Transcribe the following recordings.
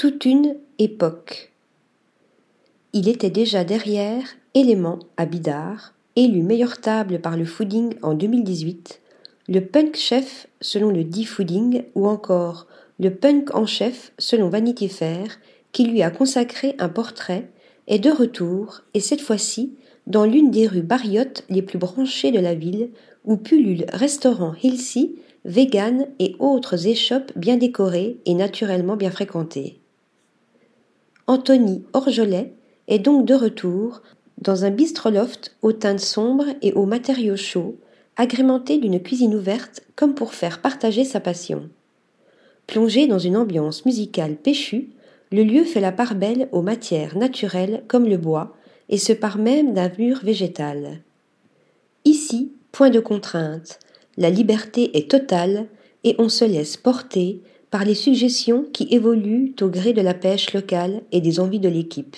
toute une époque. Il était déjà derrière Élément à Bidart, élu meilleure table par le Fooding en 2018, le Punk Chef selon le D-Fooding ou encore le Punk en Chef selon Vanity Fair, qui lui a consacré un portrait, est de retour et cette fois-ci dans l'une des rues barriotes les plus branchées de la ville où pullulent restaurants healthy, vegan et autres échoppes bien décorées et naturellement bien fréquentées. Anthony Orgelet est donc de retour dans un bistro-loft aux teintes sombres et aux matériaux chauds, agrémenté d'une cuisine ouverte comme pour faire partager sa passion. Plongé dans une ambiance musicale péchue, le lieu fait la part belle aux matières naturelles comme le bois et se pare même d'un mur végétal. Ici, point de contrainte, la liberté est totale et on se laisse porter par les suggestions qui évoluent au gré de la pêche locale et des envies de l'équipe.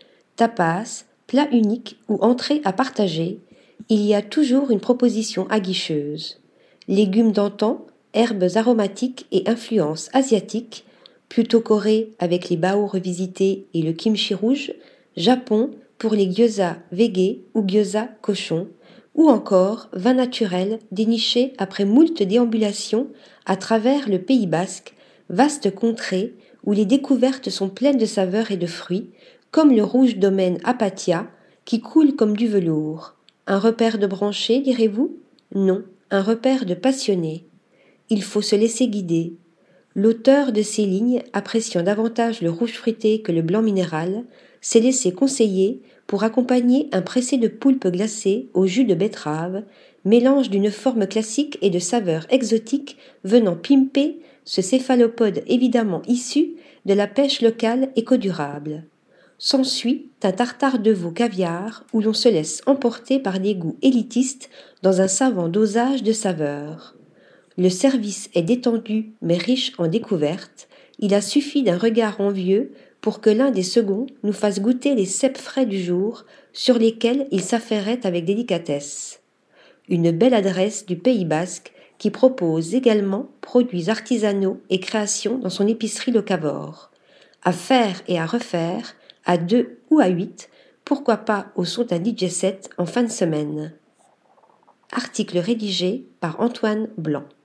Tapas, plat unique ou entrée à partager, il y a toujours une proposition aguicheuse. Légumes d'antan, herbes aromatiques et influences asiatiques, plutôt Corée avec les bao revisités et le kimchi rouge, Japon pour les gyoza végé ou gyoza cochon, ou encore vin naturel déniché après moult déambulations à travers le Pays basque, vaste contrée où les découvertes sont pleines de saveurs et de fruits, comme le rouge domaine Apatia, qui coule comme du velours. Un repère de branchés, direz-vous ? Non, un repère de passionnés. Il faut se laisser guider. L'auteur de ces lignes, appréciant davantage le rouge fruité que le blanc minéral, s'est laissé conseiller pour accompagner un pressé de poulpe glacé au jus de betterave, mélange d'une forme classique et de saveurs exotiques venant pimper ce céphalopode évidemment issu de la pêche locale éco-durable. S'ensuit un tartare de veau caviar où l'on se laisse emporter par des goûts élitistes dans un savant dosage de saveurs. Le service est détendu mais riche en découvertes. Il a suffi d'un regard envieux pour que l'un des seconds nous fasse goûter les cèpes frais du jour sur lesquels il s'affairait avec délicatesse. Une belle adresse du Pays basque qui propose également produits artisanaux et créations dans son épicerie locavore. À faire et à refaire, à 2 ou à 8, pourquoi pas au son d'un DJ set en fin de semaine. Article rédigé par Antoine Blanc.